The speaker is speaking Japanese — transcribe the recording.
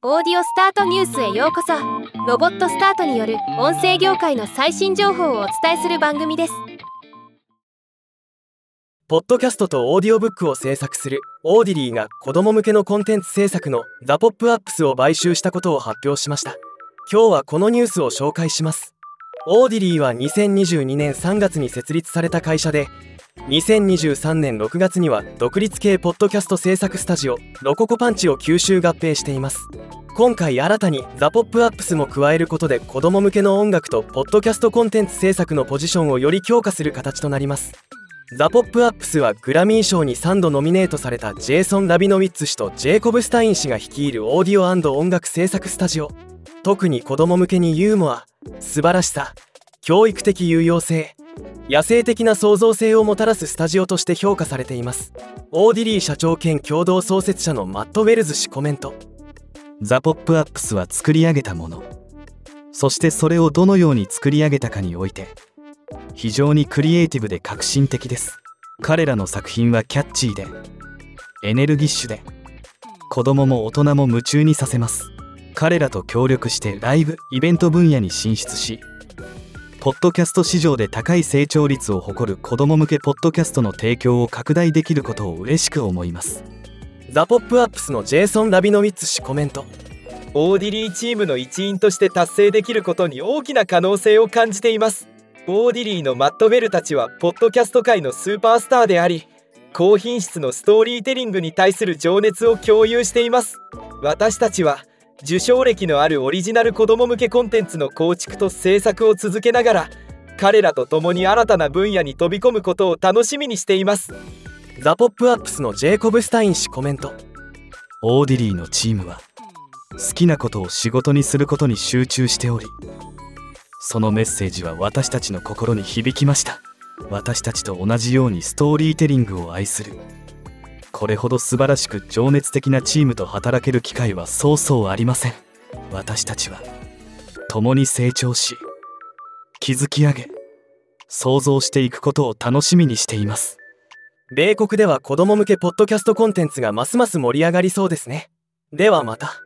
オーディオスタートニュースへようこそ。ロボットスタートによる音声業界の最新情報をお伝えする番組です。 ポッドキャストとオーディオブックを制作するオーディリーが子供向けのコンテンツ制作のザ・ポップアップスを買収したことを発表しました。今日はこのニュースを紹介します。オーディリーは2022年3月に設立された会社で、2023年6月には独立系ポッドキャスト制作スタジオロココパンチを吸収合併しています。今回新たにザ・ポップアップスも加えることで、子供向けの音楽とポッドキャストコンテンツ制作のポジションをより強化する形となります。ザ・ポップアップスはグラミー賞に3度ノミネートされたジェイソン・ラビノウィッツ氏とジェイコブ・スタイン氏が率いるオーディオ&音楽制作スタジオ。特に子供向けにユーモア、素晴らしさ、教育的有用性、野生的な創造性をもたらすスタジオとして評価されています。オーディリー社長兼共同創設者のマット・ウェルズ氏コメント。 ザ・ポップアップスは作り上げたもの、そしてそれをどのように作り上げたかにおいて非常にクリエイティブで革新的です。彼らの作品はキャッチーでエネルギッシュで、子供も大人も夢中にさせます。彼らと協力してライブ・イベント分野に進出し、ポッドキャスト市場で高い成長率を誇る子供向けポッドキャストの提供を拡大できることを嬉しく思います。 ザ・ポップアップスのジェイソン・ラビノウィッツ氏コメント。 オーディリーチームの一員として達成できることに大きな可能性を感じています。オーディリーのマット・ベルたちはポッドキャスト界のスーパースターであり、高品質のストーリーテリングに対する情熱を共有しています。私たちは受賞歴のあるオリジナル子供向けコンテンツの構築と制作を続けながら、彼らと共に新たな分野に飛び込むことを楽しみにしています。 ザ・ポップアップスのジェイコブ・スタイン氏コメント。 オーディリーのチームは好きなことを仕事にすることに集中しており、そのメッセージは私たちの心に響きました。私たちと同じようにストーリーテリングを愛する、これほど素晴らしく情熱的なチームと働ける機会はそうそうありません。私たちは共に成長し、築き上げ、創造していくことを楽しみにしています。 米国では子供向けポッドキャストコンテンツがますます盛り上がりそうですね。ではまた。